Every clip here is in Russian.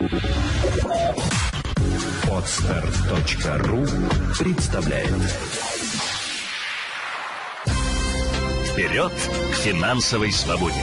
Podster.ru представляет. Вперед к финансовой свободе!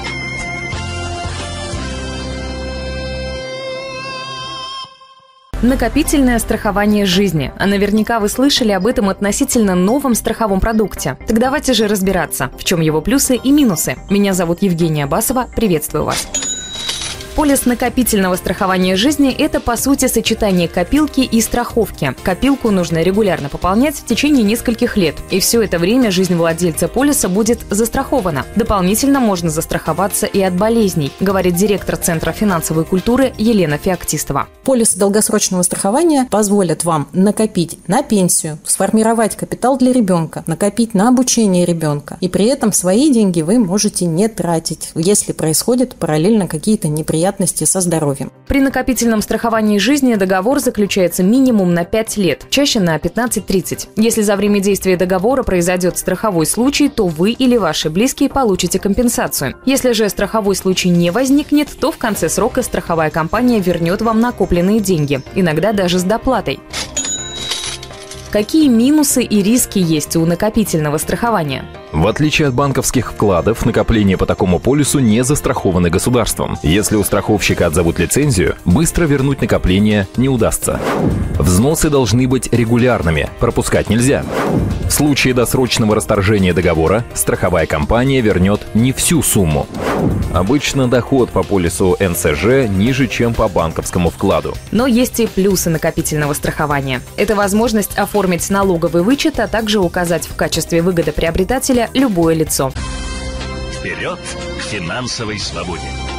Накопительное страхование жизни. А наверняка вы слышали об этом относительно новом страховом продукте. Так давайте же разбираться, в чем его плюсы и минусы. Меня зовут Евгения Басова. Приветствую вас. Полис накопительного страхования жизни – это, по сути, сочетание копилки и страховки. Копилку нужно регулярно пополнять в течение нескольких лет, и все это время жизнь владельца полиса будет застрахована. Дополнительно можно застраховаться и от болезней, говорит директор Центра финансовой культуры Елена Феоктистова. Полисы долгосрочного страхования позволят вам накопить на пенсию, сформировать капитал для ребенка, накопить на обучение ребенка. И при этом свои деньги вы можете не тратить, если происходят параллельно какие-то неприятности со здоровьем. При накопительном страховании жизни договор заключается минимум на 5 лет, чаще на 15-30. Если за время действия договора произойдет страховой случай, то вы или ваши близкие получите компенсацию. Если же страховой случай не возникнет, то в конце срока страховая компания вернет вам накопленные деньги, иногда даже с доплатой. Какие минусы и риски есть у накопительного страхования? В отличие от банковских вкладов, накопления по такому полису не застрахованы государством. Если у страховщика отзовут лицензию, быстро вернуть накопление не удастся. Взносы должны быть регулярными, пропускать нельзя. В случае досрочного расторжения договора страховая компания вернет не всю сумму. Обычно доход по полису НСЖ ниже, чем по банковскому вкладу. Но есть и плюсы накопительного страхования. Это возможность оформить налоговый вычет, а также указать в качестве выгодоприобретателя любое лицо. Вперед к финансовой свободе!